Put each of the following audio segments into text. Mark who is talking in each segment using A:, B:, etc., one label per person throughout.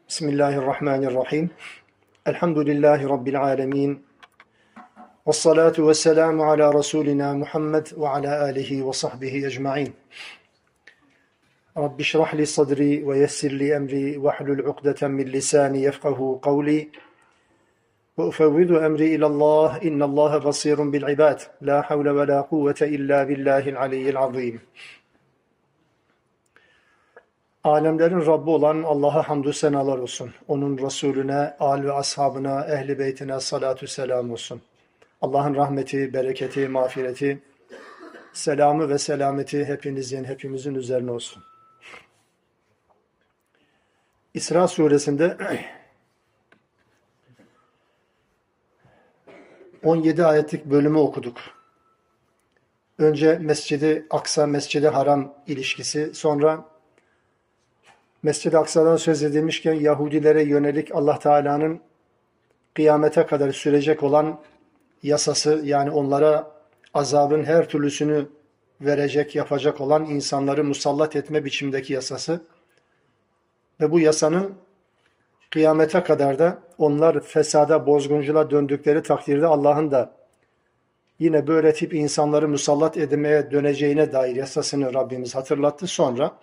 A: Bismillahirrahmanirrahim. Elhamdülillahi Rabbil alemin. Vessalatu vesselamu ala Resulina Muhammed ve ala alihi ve sahbihi ecma'in. Rabbi şrah li sadri ve yessir li emri ve hlul ukdeten min lisani yefkahu kavli. Ve ufevvidu emri ilallah. İnnallâhe basirun bil ibad. La havle ve la kuvvete illa billahil aliyyil azim. Alemlerin Rabbi olan Allah'a hamdü senalar olsun. Onun Resulüne, âl ve ashabına, ehli beytine salatü selam olsun. Allah'ın rahmeti, bereketi, mağfireti, selamı ve selameti hepimizin üzerine olsun. İsra suresinde 17 ayetlik bölümü okuduk. Önce Mescid-i Aksa, Mescid-i Haram ilişkisi, sonra Mescid-i Aksa'dan söz edilmişken Yahudilere yönelik Allah Teala'nın kıyamete kadar sürecek olan yasası, yani onlara azabın her türlüsünü verecek, yapacak olan insanları musallat etme biçimdeki yasası ve bu yasanın kıyamete kadar da onlar fesada, bozgunculuğa döndükleri takdirde Allah'ın da yine böyle tip insanları musallat etmeye döneceğine dair yasasını Rabbimiz hatırlattı. Sonra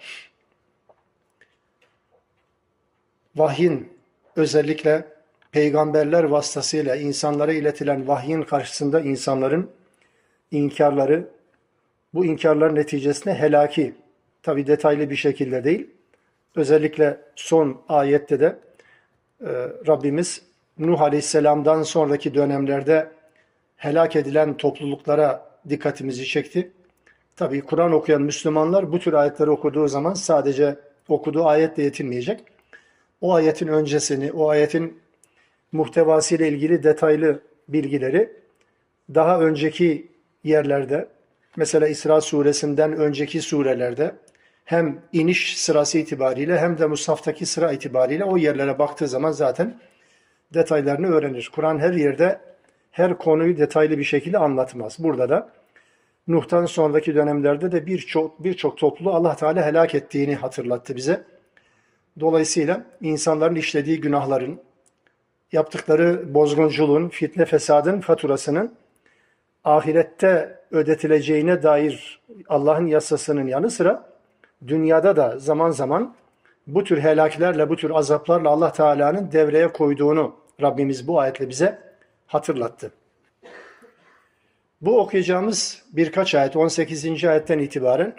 A: vahyin, özellikle peygamberler vasıtasıyla insanlara iletilen vahyin karşısında insanların inkarları, bu inkarlar neticesinde helaki, tabi detaylı bir şekilde değil, özellikle son ayette de Rabbimiz Nuh Aleyhisselam'dan sonraki dönemlerde helak edilen topluluklara dikkatimizi çekti. Tabi Kur'an okuyan Müslümanlar bu tür ayetleri okuduğu zaman sadece okuduğu ayetle yetinmeyecek. O ayetin öncesini, o ayetin muhtevasıyla ilgili detaylı bilgileri daha önceki yerlerde, mesela İsra suresinden önceki surelerde hem iniş sırası itibariyle hem de Musaf'taki sıra itibariyle o yerlere baktığı zaman zaten detaylarını öğrenir. Kur'an her yerde her konuyu detaylı bir şekilde anlatmaz. Burada da Nuh'tan sonraki dönemlerde de birçok topluluğu Allah Teala helak ettiğini hatırlattı bize. Dolayısıyla insanların işlediği günahların, yaptıkları bozgunculuğun, fitne fesadın faturasının ahirette ödetileceğine dair Allah'ın yasasının yanı sıra dünyada da zaman zaman bu tür helaklerle, bu tür azaplarla Allah Teala'nın devreye koyduğunu Rabbimiz bu ayetle bize hatırlattı. Bu okuyacağımız birkaç ayet, 18. ayetten itibaren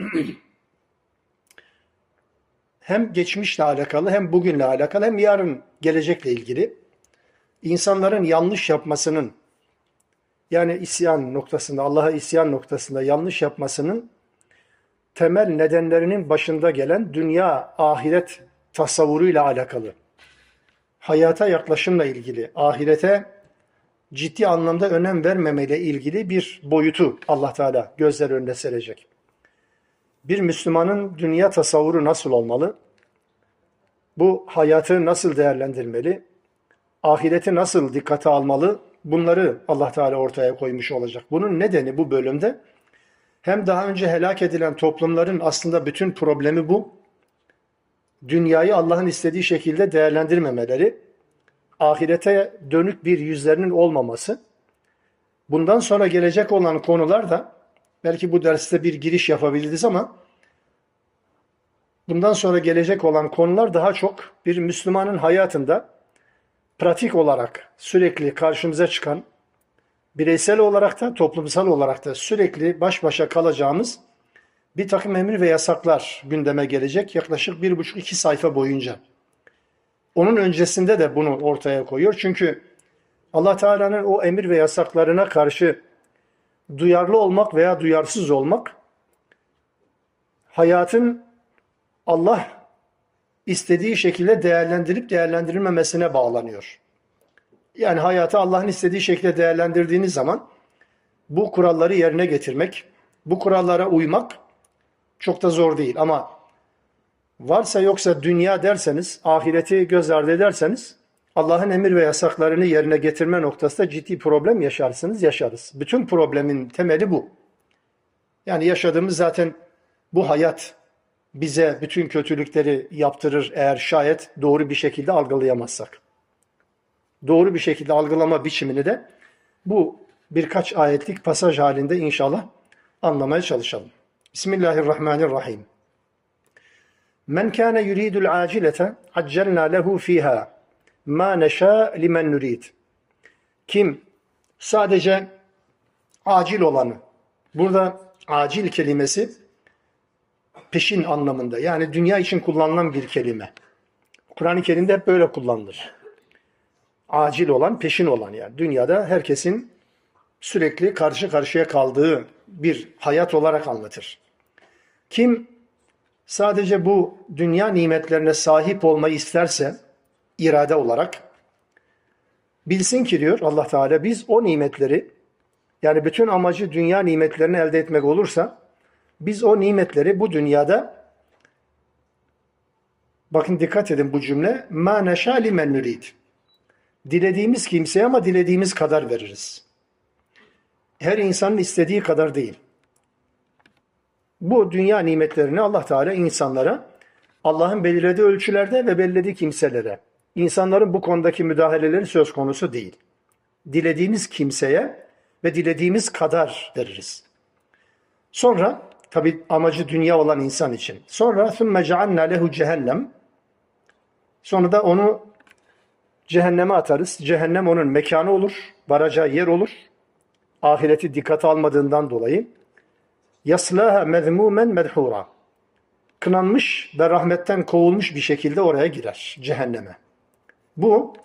A: hem geçmişle alakalı, hem bugünle alakalı, hem yarın gelecekle ilgili insanların yanlış yapmasının, yani isyan noktasında, Allah'a isyan noktasında yanlış yapmasının temel nedenlerinin başında gelen dünya, ahiret tasavvuruyla alakalı, hayata yaklaşımla ilgili, ahirete ciddi anlamda önem vermemeyle ilgili bir boyutu Allah Teala gözler önüne serecek. Bir Müslümanın dünya tasavvuru nasıl olmalı? Bu hayatı nasıl değerlendirmeli? Ahireti nasıl dikkate almalı? Bunları Allah Teala ortaya koymuş olacak. Bunun nedeni bu bölümde hem daha önce helak edilen toplumların aslında bütün problemi bu. Dünyayı Allah'ın istediği şekilde değerlendirmemeleri, ahirete dönük bir yüzlerinin olmaması. Bundan sonra gelecek olan konular da, belki bu derste bir giriş yapabiliriz ama bundan sonra gelecek olan konular daha çok bir Müslümanın hayatında pratik olarak sürekli karşımıza çıkan, bireysel olarak da toplumsal olarak da sürekli baş başa kalacağımız bir takım emir ve yasaklar gündeme gelecek yaklaşık 1,5-2 sayfa boyunca. Onun öncesinde de bunu ortaya koyuyor. Çünkü Allah Teala'nın o emir ve yasaklarına karşı duyarlı olmak veya duyarsız olmak, hayatın Allah istediği şekilde değerlendirip değerlendirilmemesine bağlanıyor. Yani hayatı Allah'ın istediği şekilde değerlendirdiğiniz zaman bu kuralları yerine getirmek, bu kurallara uymak çok da zor değil. Ama varsa yoksa dünya derseniz, ahireti göz ardı ederseniz Allah'ın emir ve yasaklarını yerine getirme noktasında ciddi problem yaşarız. Bütün problemin temeli bu. Yani yaşadığımız zaten bu hayat. bize bütün kötülükleri yaptırır eğer şayet doğru bir şekilde algılayamazsak. Doğru bir şekilde algılama biçimini de bu birkaç ayetlik pasaj halinde inşallah anlamaya çalışalım. Bismillahirrahmanirrahim. Men kana yuridul acilete accelna lehu fiha ma neşâ limen nurid. Kim sadece acil olanı, burada acil kelimesi peşin anlamında, yani dünya için kullanılan bir kelime. Kur'an-ı Kerim'de hep böyle kullanılır. Acil olan, peşin olan, yani dünyada herkesin sürekli karşı karşıya kaldığı bir hayat olarak anlatır. Kim sadece bu dünya nimetlerine sahip olmayı isterse irade olarak bilsin ki diyor Allah Teala, biz o nimetleri, yani bütün amacı dünya nimetlerini elde etmek olursa biz o nimetleri bu dünyada, bakın dikkat edin bu cümle, ma neşâ limen nurid. Dilediğimiz kimseye ama dilediğimiz kadar veririz. Her insanın istediği kadar değil. Bu dünya nimetlerini Allah Teala insanlara, Allah'ın belirlediği ölçülerde ve belirlediği kimselere, insanların bu konudaki müdahaleleri söz konusu değil. Dilediğimiz kimseye ve dilediğimiz kadar veririz. Sonra, tabi amacı dünya olan insan için. Sonra ثُمَّ جَعَلْنَا لَهُ cehennem. Sonra da onu cehenneme atarız. Cehennem onun mekanı olur, varacağı yer olur. Ahireti dikkate almadığından dolayı. يَصْلَاهَا مَذْمُومًا مَدْحُورًا. Kınanmış ve rahmetten kovulmuş bir şekilde oraya girer, cehenneme. Bu,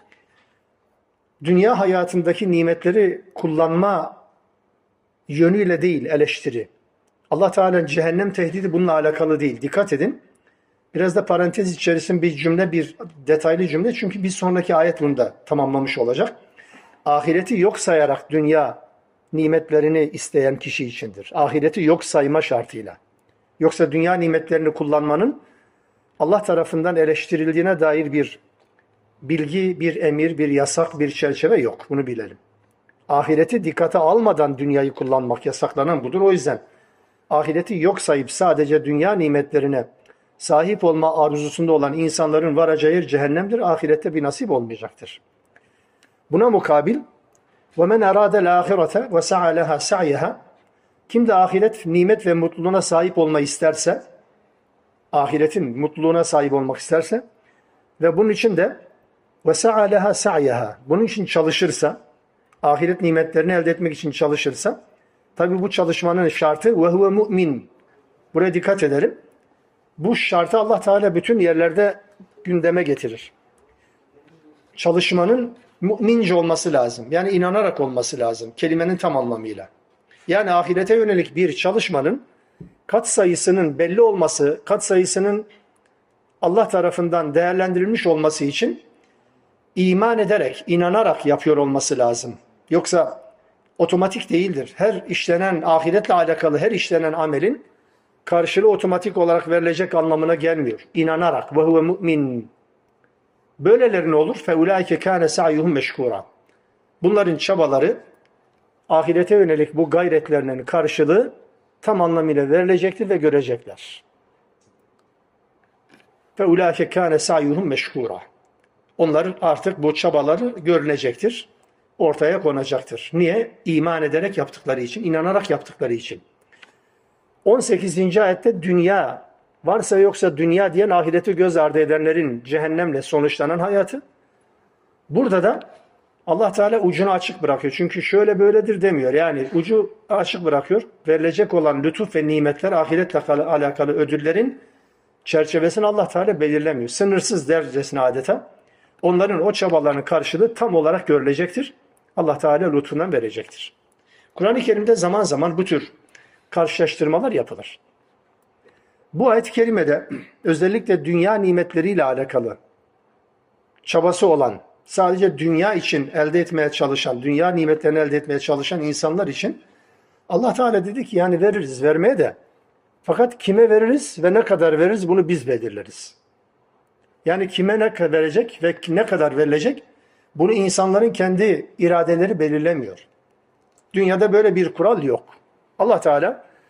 A: dünya hayatındaki nimetleri kullanma yönüyle değil, eleştiri. Allah Teala'nın cehennem tehdidi bununla alakalı değil. Dikkat edin. Biraz da parantez içerisinde bir cümle, bir detaylı cümle. Çünkü bir sonraki ayet bunu da tamamlamış olacak. Ahireti yok sayarak dünya nimetlerini isteyen kişi içindir. Ahireti yok sayma şartıyla. Yoksa dünya nimetlerini kullanmanın Allah tarafından eleştirildiğine dair bir bilgi, bir emir, bir yasak, bir çerçeve yok. Bunu bilelim. Ahireti dikkate almadan dünyayı kullanmak yasaklanan budur. O yüzden ahireti yok sayıp sadece dünya nimetlerine sahip olma arzusunda olan insanların varacağı yer cehennemdir. Ahirette bir nasip olmayacaktır. Buna mukabil وَمَنْ اَرَادَ الْآخِرَةَ وَسَعَى لَهَا سَعْيَهَا. Kim de ahiret nimet ve mutluluğuna sahip olmayı isterse, ahiretin mutluluğuna sahip olmak isterse ve bunun için de وَسَعَى لَهَا سَعْيَهَا, bunun için çalışırsa, ahiret nimetlerini elde etmek için çalışırsa, tabi bu çalışmanın şartı وَهُوَ مُؤْمِنٌ. Buraya dikkat edelim. Bu şartı Allah Teala bütün yerlerde gündeme getirir. Çalışmanın mümince olması lazım. Yani inanarak olması lazım. Kelimenin tam anlamıyla. Yani ahirete yönelik bir çalışmanın katsayısının belli olması, katsayısının Allah tarafından değerlendirilmiş olması için iman ederek, inanarak yapıyor olması lazım. Yoksa otomatik değildir. Her işlenen, ahiretle alakalı her işlenen amelin karşılığı otomatik olarak verilecek anlamına gelmiyor. İnanarak. وَهُوَ مُؤْمِنٌ. Böyleleri ne olur? فَاُولَٰئِكَ كَانَ سَعْيُهُمْ مَشْكُورًا. Bunların çabaları, ahirete yönelik bu gayretlerinin karşılığı tam anlamıyla verilecektir ve görecekler. فَاُولَٰئِكَ كَانَ سَعْيُهُمْ مَشْكُورًا. Onların artık bu çabaları görülecektir, ortaya konacaktır. Niye? İman ederek yaptıkları için, inanarak yaptıkları için. 18. ayette dünya varsa yoksa dünya diyen ahireti göz ardı edenlerin cehennemle sonuçlanan hayatı. Burada da Allah Teala ucunu açık bırakıyor. Çünkü şöyle böyledir demiyor. Yani ucu açık bırakıyor. Verilecek olan lütuf ve nimetler, ahiretle alakalı ödüllerin çerçevesini Allah Teala belirlemiyor. Sınırsız derecesine adeta. Onların o çabalarının karşılığı tam olarak görülecektir. Allah Teala lütfundan verecektir. Kur'an-ı Kerim'de zaman zaman bu tür karşılaştırmalar yapılır. Bu ayet-i kerimede özellikle dünya nimetleriyle alakalı çabası olan, sadece dünya için elde etmeye çalışan, dünya nimetlerini elde etmeye çalışan insanlar için Allah Teala dedi ki yani veririz, vermeye de. Fakat kime veririz ve ne kadar veririz bunu biz belirleriz. Yani kime ne kadar verecek ve ne kadar verilecek bunu insanların kendi iradeleri belirlemiyor. Dünyada böyle bir kural yok. Allah Teala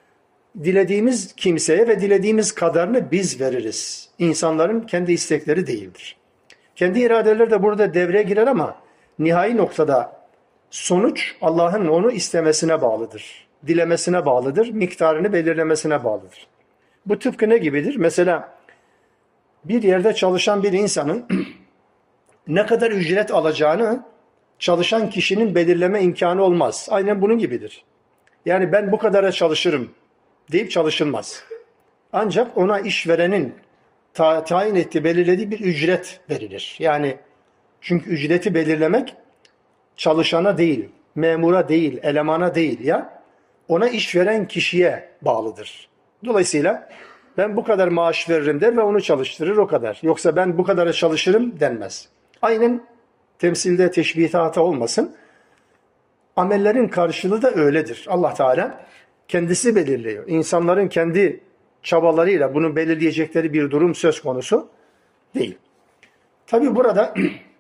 A: dilediğimiz kimseye ve dilediğimiz kadarını biz veririz. İnsanların kendi istekleri değildir. Kendi iradeleri de burada devreye girer ama nihai noktada sonuç Allah'ın onu istemesine bağlıdır. Dilemesine bağlıdır, miktarını belirlemesine bağlıdır. Bu tıpkı ne gibidir? Mesela bir yerde çalışan bir insanın ne kadar ücret alacağını çalışan kişinin belirleme imkanı olmaz. Aynen bunun gibidir. Yani ben bu kadara çalışırım deyip çalışılmaz. Ancak ona işverenin tayin ettiği, belirlediği bir ücret verilir. Yani çünkü ücreti belirlemek çalışana değil, memura değil, elemana değil ya, ona işveren kişiye bağlıdır. Dolayısıyla ben bu kadar maaş veririm der ve onu çalıştırır o kadar. Yoksa ben bu kadara çalışırım denmez. Aynen temsilde teşbihte hata olmasın. Amellerin karşılığı da öyledir. Allah Teala kendisi belirliyor. İnsanların kendi çabalarıyla bunu belirleyecekleri bir durum söz konusu değil. Tabi burada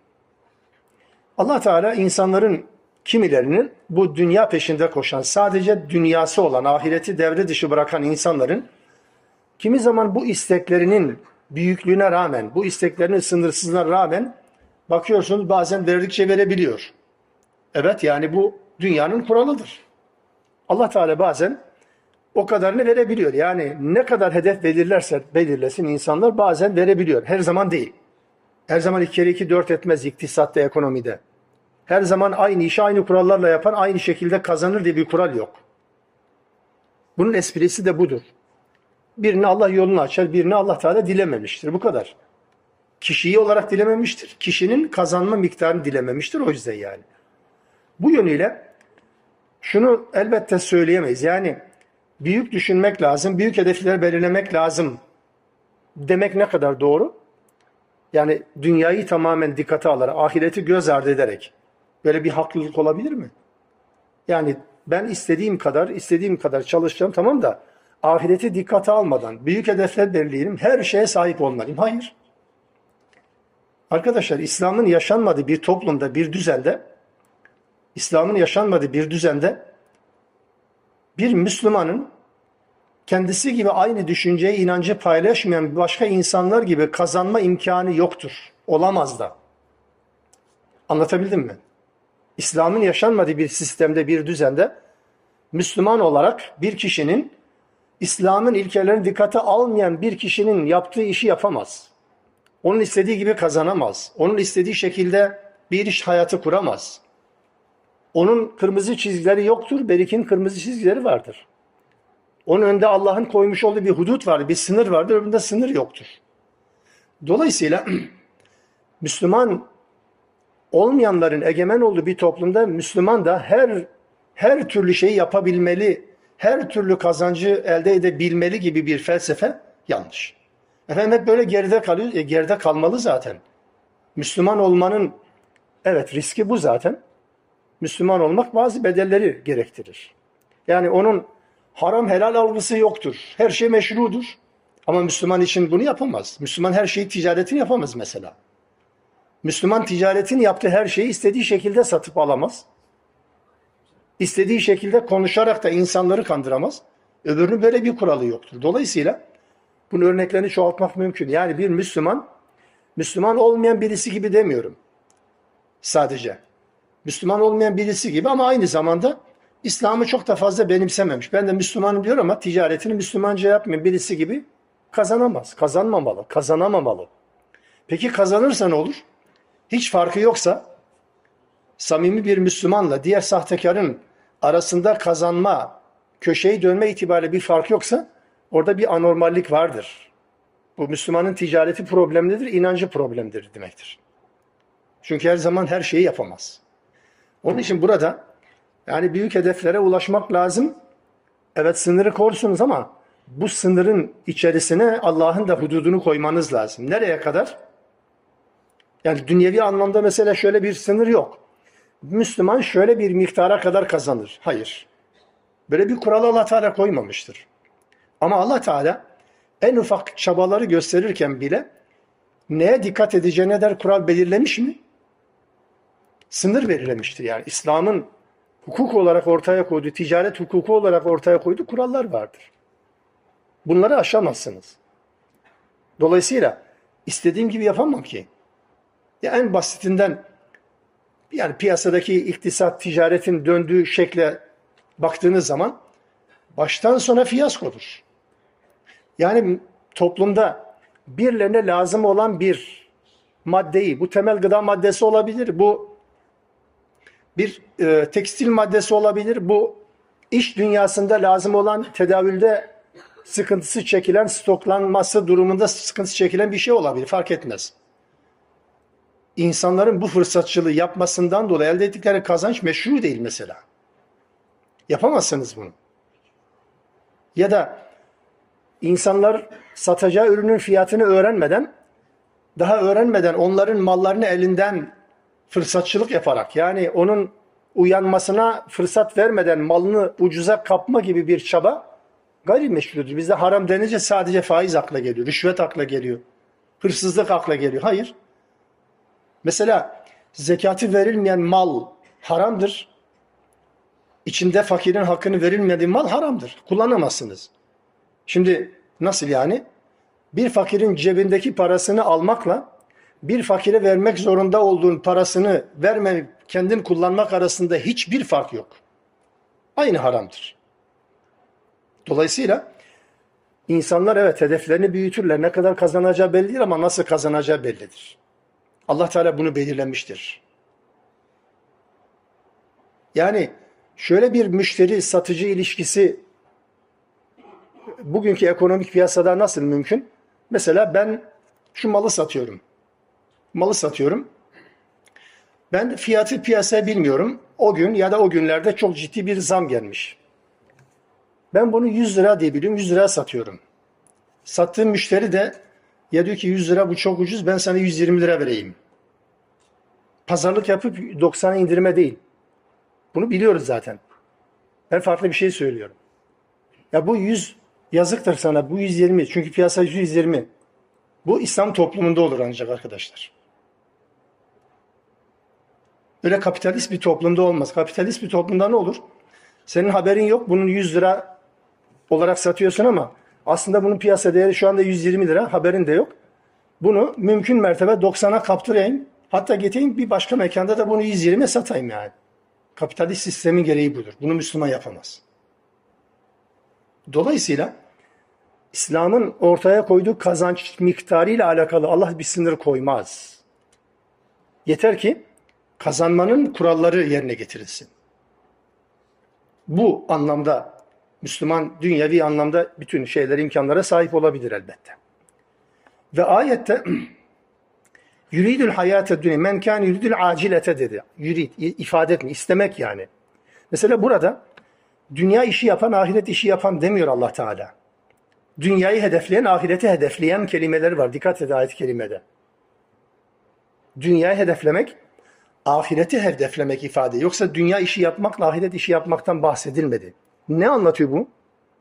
A: Allah Teala insanların kimilerinin bu dünya peşinde koşan, sadece dünyası olan, ahireti devre dışı bırakan insanların kimi zaman bu isteklerinin büyüklüğüne rağmen, bu isteklerinin sınırsızlığına rağmen bakıyorsunuz bazen verdikçe verebiliyor. Evet, yani bu dünyanın kuralıdır. Allah Teala bazen o kadarını verebiliyor. Yani ne kadar hedef belirlerse belirlesin insanlar bazen verebiliyor. Her zaman değil. Her zaman 2 kere 2 4 etmez iktisatta, ekonomide. Her zaman aynı işi aynı kurallarla yapan aynı şekilde kazanır diye bir kural yok. Bunun esprisi de budur. Birini Allah yolunu açar, birini Allah Teala dilememiştir. Bu kadar. Kişiyi olarak dilememiştir. Kişinin kazanma miktarını dilememiştir. O yüzden yani. Bu yönüyle şunu elbette söyleyemeyiz. Yani büyük düşünmek lazım, büyük hedefler belirlemek lazım demek ne kadar doğru? Yani dünyayı tamamen dikkate alarak, ahireti göz ardı ederek böyle bir haklılık olabilir mi? Yani ben istediğim kadar çalışacağım, tamam da ahireti dikkate almadan büyük hedefler belirleyeyim, her şeye sahip olmalıyım. Hayır. Arkadaşlar, İslam'ın yaşanmadığı bir toplumda, bir düzende, bir Müslümanın kendisi gibi aynı düşünceyi, inancı paylaşmayan başka insanlar gibi kazanma imkanı yoktur. Olamaz da. Anlatabildim mi? İslam'ın yaşanmadığı bir sistemde, bir düzende Müslüman olarak bir kişinin, İslam'ın ilkelerini dikkate almayan bir kişinin yaptığı işi yapamaz. Onun istediği gibi kazanamaz. Onun istediği şekilde bir iş hayatı kuramaz. Onun kırmızı çizgileri yoktur, Berik'in kırmızı çizgileri vardır. Onun önünde Allah'ın koymuş olduğu bir hudut vardır, bir sınır vardır, öbüründe sınır yoktur. Dolayısıyla Müslüman olmayanların egemen olduğu bir toplumda Müslüman da her türlü şeyi yapabilmeli, her türlü kazancı elde edebilmeli gibi bir felsefe yanlış. Efendim hep böyle geride kalıyor, geride kalmalı zaten. Müslüman olmanın evet riski bu zaten. Müslüman olmak bazı bedelleri gerektirir. Yani onun haram helal algısı yoktur. Her şey meşrudur. Ama Müslüman için bunu yapamaz. Müslüman her şeyi ticaretini yapamaz mesela. Müslüman ticaretin yaptığı her şeyi istediği şekilde satıp alamaz. İstediği şekilde konuşarak da insanları kandıramaz. Öbürünün böyle bir kuralı yoktur. Dolayısıyla bunun örneklerini çoğaltmak mümkün. Yani bir Müslüman olmayan birisi gibi demiyorum. Sadece. Müslüman olmayan birisi gibi ama aynı zamanda İslam'ı çok da fazla benimsememiş. Ben de Müslümanım diyor ama ticaretini Müslümanca yapmayan birisi gibi kazanamaz, kazanmamalı, kazanamamalı. Peki kazanırsa ne olur? Hiç farkı yoksa, samimi bir Müslümanla diğer sahtekarın arasında kazanma, köşeyi dönme itibariyle bir fark yoksa orada bir anormallik vardır. Bu Müslümanın ticareti problemlidir, inancı problemlidir demektir. Çünkü her zaman her şeyi yapamaz. Onun için burada yani büyük hedeflere ulaşmak lazım. Evet, sınırı korsunuz ama bu sınırın içerisine Allah'ın da hududunu koymanız lazım. Nereye kadar? Yani dünyevi anlamda mesela şöyle bir sınır yok. Müslüman şöyle bir miktara kadar kazanır. Hayır. Böyle bir kural Allah Teala koymamıştır. Ama Allah Teala en ufak çabaları gösterirken bile neye dikkat edeceğine der kural belirlemiş mi? Sınır belirlemiştir. Yani İslam'ın hukuk olarak ortaya koyduğu, ticaret hukuku olarak ortaya koyduğu kurallar vardır. Bunları aşamazsınız. Dolayısıyla istediğim gibi yapamam ki. Ya en basitinden yani piyasadaki iktisat, ticaretin döndüğü şekle baktığınız zaman baştan sona fiyaskodur. Yani toplumda birilerine lazım olan bir maddeyi, bu temel gıda maddesi olabilir, bu bir tekstil maddesi olabilir, bu iş dünyasında lazım olan tedavülde sıkıntısı çekilen, stoklanması durumunda sıkıntısı çekilen bir şey olabilir, fark etmez. İnsanların bu fırsatçılığı yapmasından dolayı elde ettikleri kazanç meşru değil mesela. Yapamazsınız bunu. Ya da insanlar satacağı ürünün fiyatını daha öğrenmeden onların mallarını elinden fırsatçılık yaparak, yani onun uyanmasına fırsat vermeden malını ucuza kapma gibi bir çaba gayrimeşrudur. Bizde haram denince sadece faiz akla geliyor, rüşvet akla geliyor, hırsızlık akla geliyor. Hayır. Mesela zekatı verilmeyen mal haramdır. İçinde fakirin hakkını verilmediği mal haramdır. Kullanamazsınız. Şimdi nasıl yani? Bir fakirin cebindeki parasını almakla bir fakire vermek zorunda olduğun parasını vermeyip kendin kullanmak arasında hiçbir fark yok. Aynı haramdır. Dolayısıyla insanlar evet hedeflerini büyütürler. Ne kadar kazanacağı belli değil ama nasıl kazanacağı bellidir. Allah Teala bunu belirlemiştir. Yani şöyle bir müşteri satıcı ilişkisi bugünkü ekonomik piyasada nasıl mümkün? Mesela ben şu malı satıyorum. Ben fiyatı piyasaya bilmiyorum. O gün ya da o günlerde çok ciddi bir zam gelmiş. Ben bunu 100 lira diye biliyorum. 100 liraya satıyorum. Sattığım müşteri de ya diyor ki 100 lira bu çok ucuz, ben sana 120 lira vereyim. Pazarlık yapıp 90'a indirme değil. Bunu biliyoruz zaten. Ben farklı bir şey söylüyorum. Ya bu 100 yazıktır sana, bu 120. Çünkü piyasa 120. Bu İslam toplumunda olur ancak arkadaşlar. Öyle kapitalist bir toplumda olmaz. Kapitalist bir toplumda ne olur? Senin haberin yok, bunun 100 lira olarak satıyorsun ama aslında bunun piyasa değeri şu anda 120 lira, haberin de yok. Bunu mümkün mertebe 90'a kaptırayım. Hatta getireyim bir başka mekanda da bunu 120'ye satayım yani. Kapitalist sistemin gereği budur. Bunu Müslüman yapamaz. Dolayısıyla İslam'ın ortaya koyduğu kazanç miktarıyla alakalı Allah bir sınır koymaz. Yeter ki kazanmanın kuralları yerine getirilsin. Bu anlamda Müslüman dünyevi anlamda bütün şeylere, imkanlara sahip olabilir elbette. Ve ayette yuridul hayate dünya men kan yuridul acilete dedi. Yurid ifade etme, istemek yani. Mesela burada dünya işi yapan, ahiret işi yapan demiyor Allah Teala. Dünyayı hedefleyen, ahireti hedefleyen kelimeleri var. Dikkat edin ayet-i kerimede. Dünyayı hedeflemek, ahireti hedeflemek ifade. Yoksa dünya işi yapmakla ahiret işi yapmaktan bahsedilmedi. Ne anlatıyor bu?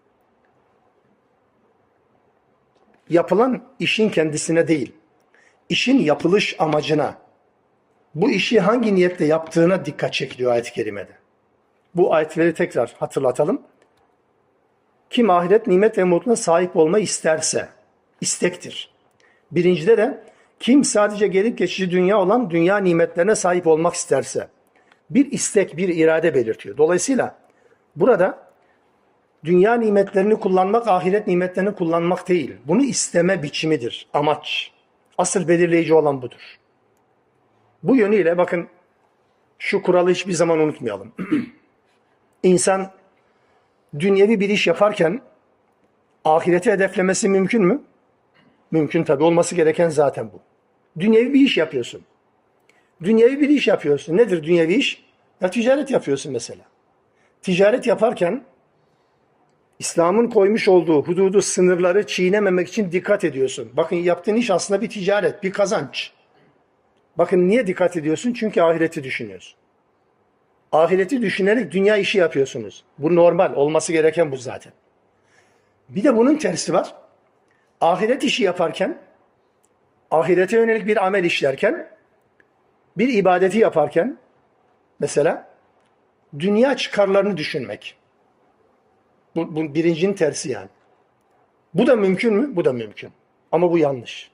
A: Yapılan işin kendisine değil, işin yapılış amacına, bu işi hangi niyetle yaptığına dikkat çekiliyor ayet-i kerimede. Bu ayetleri tekrar hatırlatalım. Kim ahiret nimet ve mutluluğuna sahip olmayı isterse, istektir. Birincide de kim sadece gelip geçici dünya olan dünya nimetlerine sahip olmak isterse, bir istek, bir irade belirtiyor. Dolayısıyla burada dünya nimetlerini kullanmak, ahiret nimetlerini kullanmak değil. Bunu isteme biçimidir, amaç. Asıl belirleyici olan budur. Bu yönüyle bakın şu kuralı hiçbir zaman unutmayalım. İnsan dünyevi bir iş yaparken ahireti hedeflemesi mümkün mü? Mümkün tabii. Olması gereken zaten bu. Dünyevi bir iş yapıyorsun. Dünyevi bir iş yapıyorsun. Nedir dünyevi iş? Ya ticaret yapıyorsun mesela. Ticaret yaparken İslam'ın koymuş olduğu hududu, sınırları çiğnememek için dikkat ediyorsun. Bakın yaptığın iş aslında bir ticaret, bir kazanç. Bakın niye dikkat ediyorsun? Çünkü ahireti düşünüyorsun. Ahireti düşünerek dünya işi yapıyorsunuz. Bu normal, olması gereken bu zaten. Bir de bunun tersi var. Ahiret işi yaparken, ahirete yönelik bir amel işlerken, bir ibadeti yaparken, mesela dünya çıkarlarını düşünmek. Bu birincinin tersi yani. Bu da mümkün mü? Bu da mümkün. Ama bu yanlış.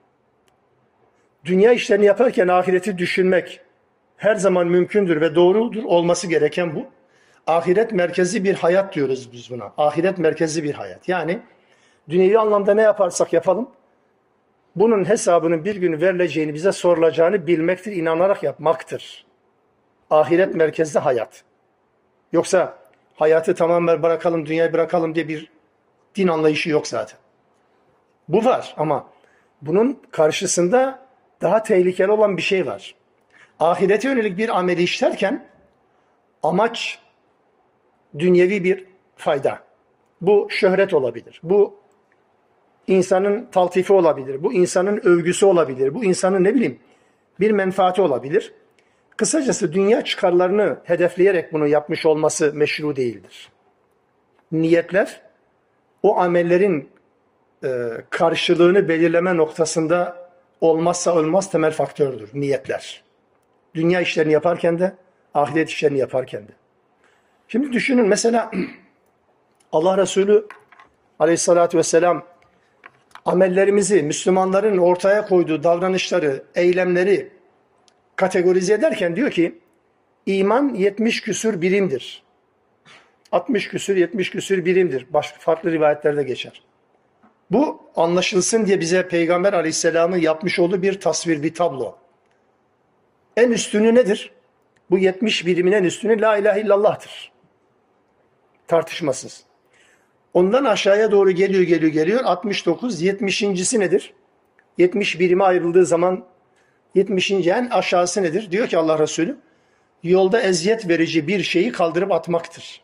A: Dünya işlerini yaparken ahireti düşünmek her zaman mümkündür ve doğrudur. Olması gereken bu. Ahiret merkezli bir hayat diyoruz biz buna. Ahiret merkezli bir hayat. Yani dünyevi anlamda ne yaparsak yapalım, bunun hesabının bir gün verileceğini, bize sorulacağını bilmektir, inanarak yapmaktır. Ahiret merkezli hayat. Yoksa hayatı tamamen bırakalım, dünyayı bırakalım diye bir din anlayışı yok zaten. Bu var ama bunun karşısında daha tehlikeli olan bir şey var. Ahirete yönelik bir ameli işlerken amaç dünyevi bir fayda. Bu şöhret olabilir. Bu insanın taltifi olabilir. Bu insanın övgüsü olabilir. Bu insanın ne bileyim bir menfaati olabilir. Kısacası dünya çıkarlarını hedefleyerek bunu yapmış olması meşru değildir. Niyetler o amellerin karşılığını belirleme noktasında olmazsa olmaz temel faktördür niyetler. Dünya işlerini yaparken de, ahiret işlerini yaparken de. Şimdi düşünün mesela Allah Resulü Aleyhisselatü Vesselam amellerimizi, Müslümanların ortaya koyduğu davranışları, eylemleri kategorize ederken diyor ki iman 70 küsür birimdir. 60 küsür, 70 küsür birimdir. Başka farklı rivayetlerde geçer. Bu anlaşılsın diye bize Peygamber Aleyhisselam'ın yapmış olduğu bir tasvir, bir tablo. En üstünü nedir? Bu 70 birimin en üstünü La ilahe illallah'tır. Tartışmasız. Ondan aşağıya doğru geliyor. 69, 70.'si nedir? 70 birime ayrıldığı zaman 70. en aşağısı nedir? Diyor ki Allah Resulü, yolda eziyet verici bir şeyi kaldırıp atmaktır.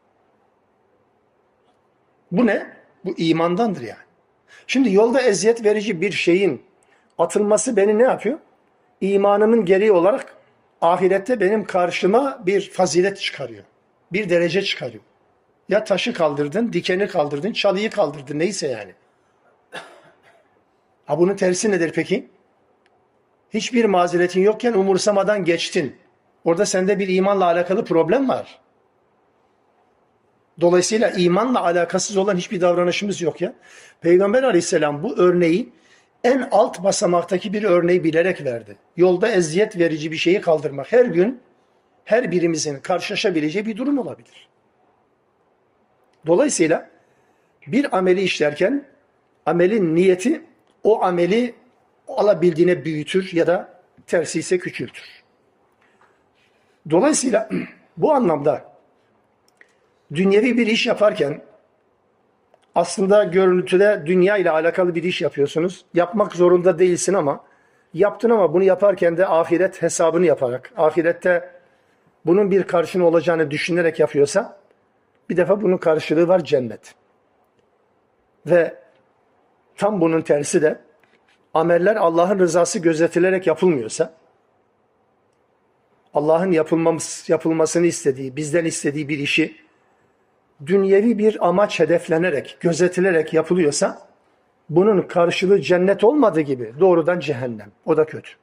A: Bu ne? Bu imandandır yani. Şimdi yolda eziyet verici bir şeyin atılması beni ne yapıyor? İmanımın gereği olarak ahirette benim karşıma bir fazilet çıkarıyor. Bir derece çıkarıyor. Ya taşı kaldırdın, dikeni kaldırdın, çalıyı kaldırdın, neyse yani. Ha bunun tersi nedir peki? Hiçbir mazeretin yokken umursamadan geçtin. Orada sende bir imanla alakalı problem var. Dolayısıyla imanla alakasız olan hiçbir davranışımız yok ya. Peygamber Aleyhisselam bu örneği en alt basamaktaki bir örneği bilerek verdi. Yolda eziyet verici bir şeyi kaldırmak her gün her birimizin karşılaşabileceği bir durum olabilir. Dolayısıyla bir ameli işlerken amelin niyeti o ameli alabildiğine büyütür ya da tersi ise küçültür. Dolayısıyla bu anlamda dünyevi bir iş yaparken aslında görüntüde dünya ile alakalı bir iş yapıyorsunuz. Yapmak zorunda değilsin ama yaptın ama bunu yaparken de ahiret hesabını yaparak, ahirette bunun bir karşılığı olacağını düşünerek yapıyorsa bir defa bunun karşılığı var cennet. Ve tam bunun tersi de ameller Allah'ın rızası gözetilerek yapılmıyorsa, Allah'ın yapılmasını istediği, bizden istediği bir işi dünyevi bir amaç hedeflenerek, gözetilerek yapılıyorsa bunun karşılığı cennet olmadığı gibi doğrudan cehennem. O da kötü.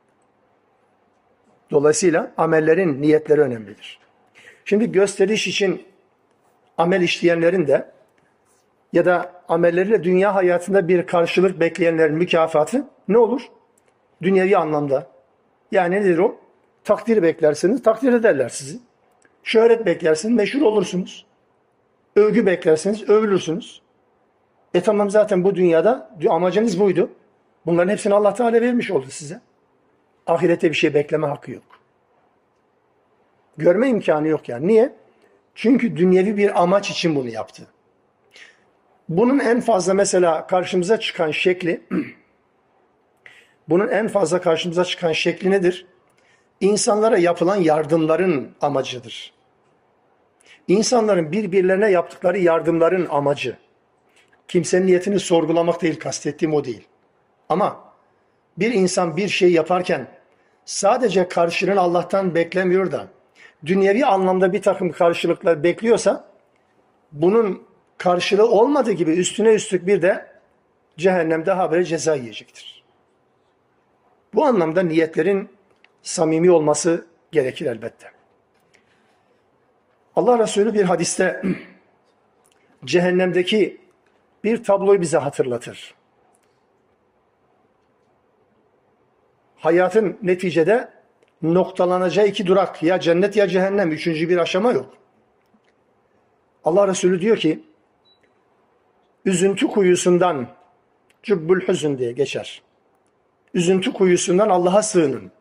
A: Dolayısıyla amellerin niyetleri önemlidir. Şimdi gösteriş için amel işleyenlerin de ya da amelleriyle dünya hayatında bir karşılık bekleyenlerin mükafatı ne olur? Dünyevi anlamda. Yani nedir o? Takdir beklersiniz, takdir ederler sizi. Şöhret beklersiniz, meşhur olursunuz. Övgü beklersiniz, övülürsünüz. Tamam zaten bu dünyada amacınız buydu. Bunların hepsini Allah Teala vermiş oldu size. Ahirette bir şey bekleme hakkı yok. Görme imkanı yok yani. Niye? Çünkü dünyevi bir amaç için bunu yaptı. Bunun en fazla mesela karşımıza çıkan şekli nedir? İnsanlara yapılan yardımların amacıdır. İnsanların birbirlerine yaptıkları yardımların amacı. Kimsenin niyetini sorgulamak değil, kastettiğim o değil. Ama bir insan bir şey yaparken sadece karşılığını Allah'tan beklemiyor da dünyevi anlamda bir takım karşılıklar bekliyorsa bunun karşılığı olmadığı gibi üstüne üstlük bir de cehennemde habire ceza yiyecektir. Bu anlamda niyetlerin samimi olması gerekir elbette. Allah Resulü bir hadiste cehennemdeki bir tabloyu bize hatırlatır. Hayatın neticede noktalanacağı iki durak, ya cennet ya cehennem, üçüncü bir aşama yok. Allah Resulü diyor ki, üzüntü kuyusundan, cübbül hüzün diye geçer. Üzüntü kuyusundan Allah'a sığının.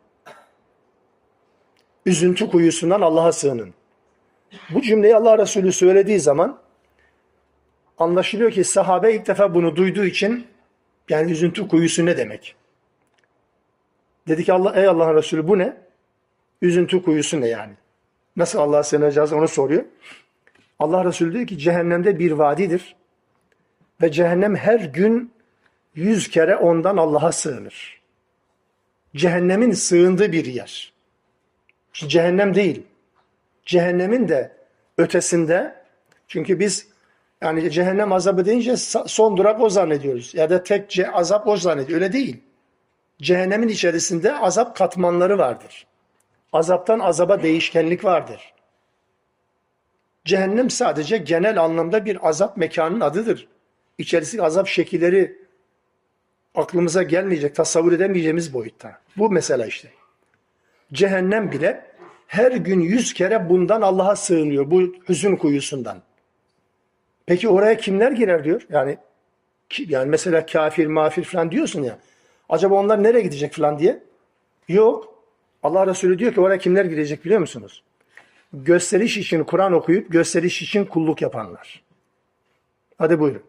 A: Üzüntü kuyusundan Allah'a sığının. Bu cümleyi Allah Resulü söylediği zaman anlaşılıyor ki sahabe ilk defa bunu duyduğu için, yani üzüntü kuyusu ne demek? Dedi ki ey Allah'ın Resulü, bu ne? Üzüntü kuyusu ne yani? Nasıl Allah'a sığınacağız onu soruyor. Allah Resulü diyor ki cehennemde bir vadidir ve cehennem her gün 100 kere ondan Allah'a sığınır. Cehennemin sığındığı bir yer. Cehennem değil. Cehennemin de ötesinde, çünkü biz yani cehennem azabı deyince son durak o zannediyoruz. Ya da tek azap o zannediyor. Öyle değil. Cehennemin içerisinde azap katmanları vardır. Azaptan azaba değişkenlik vardır. Cehennem sadece genel anlamda bir azap mekanının adıdır. İçerisindeki azap şekilleri aklımıza gelmeyecek, tasavvur edemeyeceğimiz boyutta. Bu mesela işte. Cehennem bile her gün 100 kere bundan Allah'a sığınıyor, bu hüzün kuyusundan. Peki oraya kimler girer diyor? Yani mesela kafir, mafir falan diyorsun ya. Acaba onlar nereye gidecek falan diye? Yok. Allah Resulü diyor ki oraya kimler girecek biliyor musunuz? Gösteriş için Kur'an okuyup gösteriş için kulluk yapanlar. Hadi buyurun.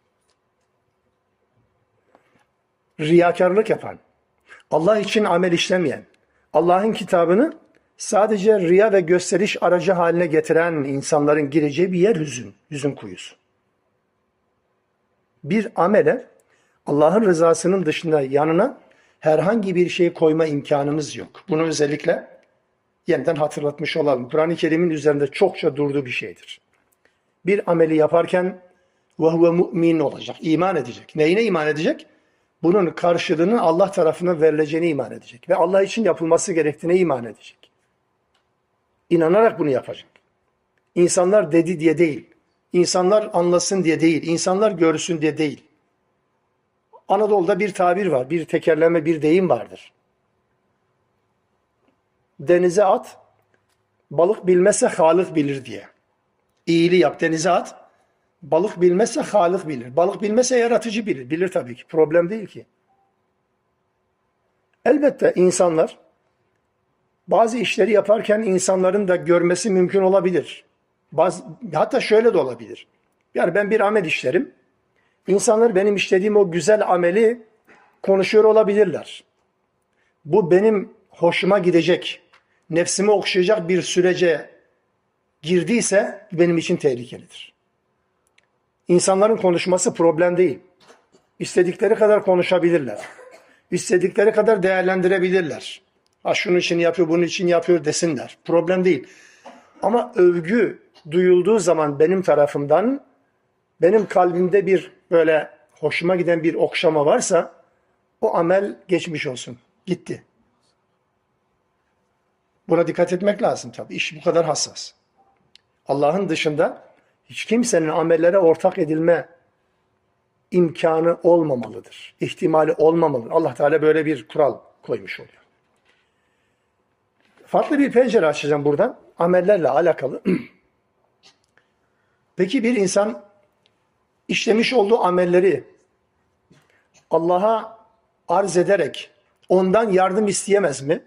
A: Riyakarlık yapan, Allah için amel işlemeyen, Allah'ın kitabını sadece riya ve gösteriş aracı haline getiren insanların gireceği bir yer hüzün kuyusu. Bir amele Allah'ın rızasının dışında yanına herhangi bir şey koyma imkanımız yok. Bunu özellikle yeniden hatırlatmış olalım. Kur'an-ı Kerim'in üzerinde çokça durduğu bir şeydir. Bir ameli yaparken وَهُوَ mu'min olacak, iman edecek. Neyine iman edecek? Bunun karşılığının Allah tarafından verileceğine iman edecek. Ve Allah için yapılması gerektiğine iman edecek. İnanarak bunu yapacak. İnsanlar dedi diye değil. İnsanlar anlasın diye değil. İnsanlar görsün diye değil. Anadolu'da bir tabir var. Bir tekerleme, bir deyim vardır. Denize at, balık bilmezse Halık bilir diye. İyiliği yap, denize at. Balık bilmezse Halık bilir. Balık bilmezse yaratıcı bilir. Bilir tabii ki. Problem değil ki. Elbette insanlar bazı işleri yaparken insanların da görmesi mümkün olabilir. Hatta şöyle de olabilir. Yani ben bir amel işlerim. İnsanlar benim işlediğim o güzel ameli konuşuyor olabilirler. Bu benim hoşuma gidecek, nefsimi okşayacak bir sürece girdiyse benim için tehlikelidir. İnsanların konuşması problem değil. İstedikleri kadar konuşabilirler. İstedikleri kadar değerlendirebilirler. Ha şunun için yapıyor, bunun için yapıyor desinler. Problem değil. Ama övgü duyulduğu zaman benim tarafımdan, benim kalbimde bir böyle hoşuma giden bir okşama varsa o amel geçmiş olsun. Gitti. Buna dikkat etmek lazım tabii. İş bu kadar hassas. Allah'ın dışında hiç kimsenin amellere ortak edilme imkanı olmamalıdır. İhtimali olmamalıdır. Allah Teala böyle bir kural koymuş oluyor. Farklı bir pencere açacağım buradan. Amellerle alakalı. Peki bir insan işlemiş olduğu amelleri Allah'a arz ederek ondan yardım isteyemez mi?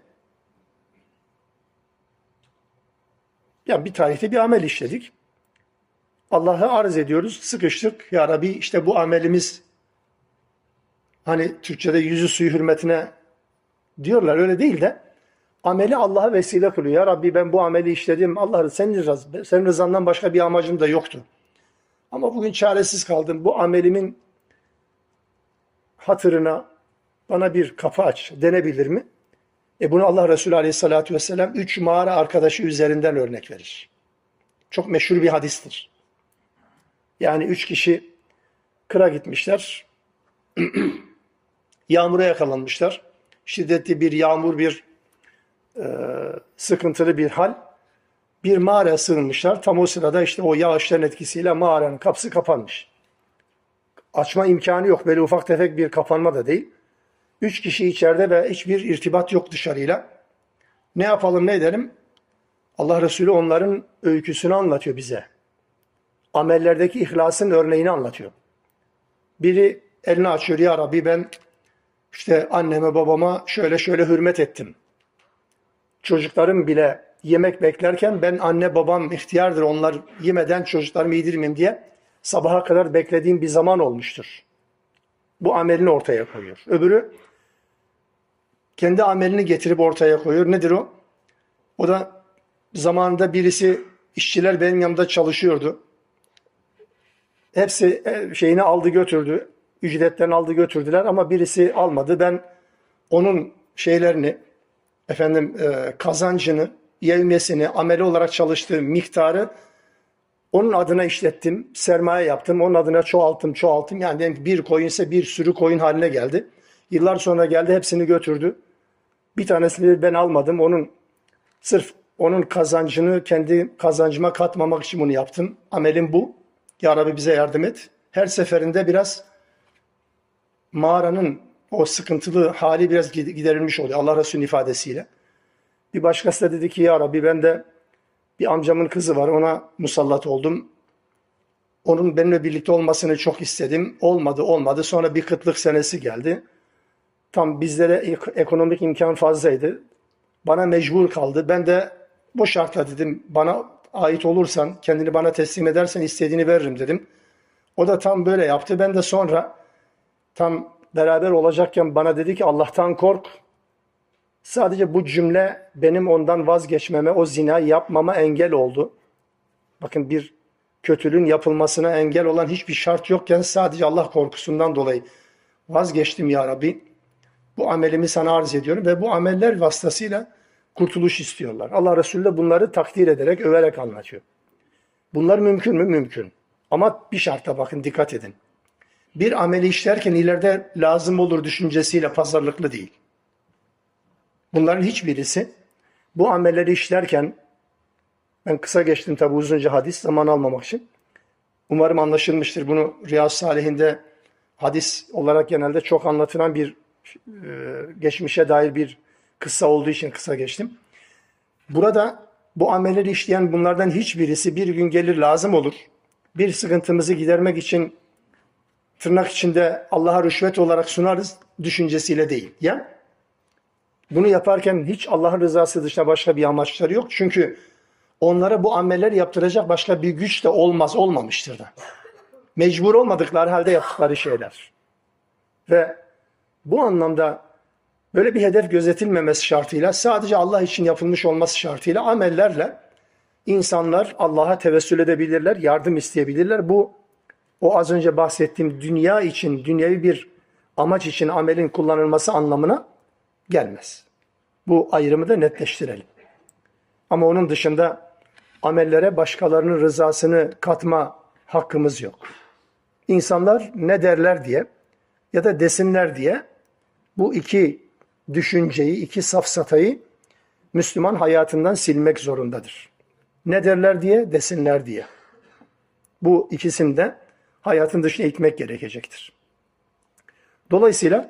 A: Yani bir tarihte bir amel işledik. Allah'a arz ediyoruz. Sıkıştık. Ya Rabbi işte bu amelimiz, hani Türkçe'de yüzü suyu hürmetine diyorlar, öyle değil de ameli Allah'a vesile kılıyor. Ya Rabbi ben bu ameli işledim. Allah senin rızandan başka bir amacım da yoktu. Ama bugün çaresiz kaldım. Bu amelimin hatırına bana bir kapı aç denebilir mi? Bunu Allah Resulü Aleyhisselatü Vesselam 3 mağara arkadaşı üzerinden örnek verir. Çok meşhur bir hadistir. Yani 3 kişi kıra gitmişler. Yağmura yakalanmışlar. Şiddetli bir yağmur, bir sıkıntılı bir hal. Bir mağaraya sığınmışlar. Tam o sırada işte o yağışların etkisiyle mağaranın kapısı kapanmış. Açma imkanı yok. Böyle ufak tefek bir kapanma da değil. 3 kişi içeride ve hiçbir irtibat yok dışarıyla. Ne yapalım ne edelim? Allah Resulü onların öyküsünü anlatıyor bize. Amellerdeki ihlasın örneğini anlatıyor. Biri elini açıyor, ya Rabbi ben işte anneme babama şöyle şöyle hürmet ettim. Çocuklarım bile yemek beklerken ben anne babam ihtiyardır onlar yemeden çocuklarımı yedirmeyeyim diye sabaha kadar beklediğim bir zaman olmuştur. Bu amelini ortaya koyuyor. Öbürü kendi amelini getirip ortaya koyuyor. Nedir o? O da zamanında birisi, işçiler benim yanımda çalışıyordu. Hepsi şeyini aldı götürdü. Ücretlerini aldı götürdüler ama birisi almadı. Ben onun şeylerini, kazancını, yevmiyesini, ameli olarak çalıştığı miktarı onun adına işlettim. Sermaye yaptım. Onun adına çoğalttım. Yani diyelim ki bir koyun ise bir sürü koyun haline geldi. Yıllar sonra geldi hepsini götürdü. Bir tanesini ben almadım. Sırf onun kazancını kendi kazancıma katmamak için bunu yaptım. Amelim bu. Ya Rabbi bize yardım et. Her seferinde biraz mağaranın o sıkıntılı hali biraz giderilmiş oluyor Allah Resulü'nün ifadesiyle. Bir başkası da dedi ki ya Rabbi ben de bir amcamın kızı var ona musallat oldum. Onun benimle birlikte olmasını çok istedim. Olmadı. Sonra bir kıtlık senesi geldi. Tam bizlere ekonomik imkan fazlaydı. Bana mecbur kaldı. Ben de bu şartla dedim bana ait olursan, kendini bana teslim edersen istediğini veririm dedim. O da tam böyle yaptı. Ben de sonra tam beraber olacakken bana dedi ki Allah'tan kork. Sadece bu cümle benim ondan vazgeçmeme, o zinayı yapmama engel oldu. Bakın bir kötülüğün yapılmasına engel olan hiçbir şart yokken sadece Allah korkusundan dolayı vazgeçtim ya Rabbi. Bu amelimi sana arz ediyorum ve bu ameller vasıtasıyla kurtuluş istiyorlar. Allah Resulü de bunları takdir ederek, överek anlatıyor. Bunlar mümkün mü? Mümkün. Ama bir şarta bakın, dikkat edin. Bir ameli işlerken ileride lazım olur düşüncesiyle pazarlıklı değil. Bunların hiçbirisi bu amelleri işlerken, ben kısa geçtim tabi uzunca hadis, zaman almamak için. Umarım anlaşılmıştır. Bunu Riyaz-ı Salihinde hadis olarak genelde çok anlatılan bir geçmişe dair bir kıssa olduğu için kısa geçtim. Burada bu amelleri işleyen bunlardan hiçbirisi bir gün gelir lazım olur. Bir sıkıntımızı gidermek için tırnak içinde Allah'a rüşvet olarak sunarız düşüncesiyle değil. Ya bunu yaparken hiç Allah'ın rızası dışında başka bir amaçları yok. Çünkü onlara bu amelleri yaptıracak başka bir güç de olmamıştır da. Mecbur olmadıkları halde yaptıkları şeyler. Ve bu anlamda böyle bir hedef gözetilmemesi şartıyla, sadece Allah için yapılmış olması şartıyla amellerle insanlar Allah'a tevessül edebilirler, yardım isteyebilirler. Bu o az önce bahsettiğim dünya için, dünyevi bir amaç için amelin kullanılması anlamına gelmez. Bu ayrımı da netleştirelim. Ama onun dışında amellere başkalarının rızasını katma hakkımız yok. İnsanlar ne derler diye ya da desinler diye bu iki düşünceyi, iki safsatayı Müslüman hayatından silmek zorundadır. Ne derler diye, desinler diye. Bu ikisini de hayatın dışına itmek gerekecektir. Dolayısıyla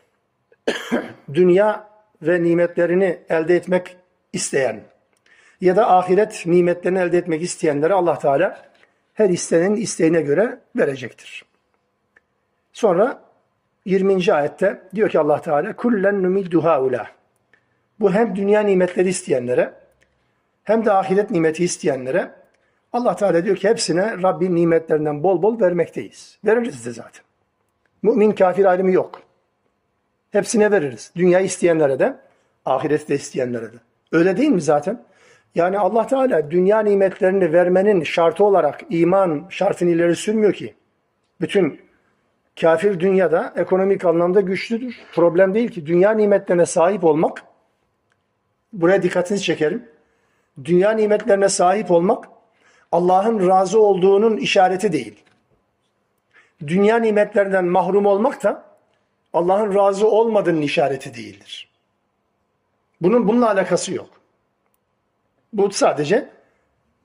A: dünya ve nimetlerini elde etmek isteyen ya da ahiret nimetlerini elde etmek isteyenlere Allah Teala her istenenin isteğine göre verecektir. Sonra 20. ayette diyor ki Allah Teala kullen numiddu haula. Bu hem dünya nimetleri isteyenlere hem de ahiret nimeti isteyenlere Allah Teala diyor ki hepsine Rabbin nimetlerinden bol bol vermekteyiz. Veririz de zaten. Mümin kafir ayrımı yok. Hepsine veririz. Dünyayı isteyenlere de, ahireti de isteyenlere de. Öyle değil mi zaten? Yani Allah Teala dünya nimetlerini vermenin şartı olarak iman şartını ileri sürmüyor ki. Bütün kafir dünyada ekonomik anlamda güçlüdür. Problem değil ki. Dünya nimetlerine sahip olmak, buraya dikkatinizi çekerim. Dünya nimetlerine sahip olmak, Allah'ın razı olduğunun işareti değil. Dünya nimetlerinden mahrum olmak da Allah'ın razı olmadığının işareti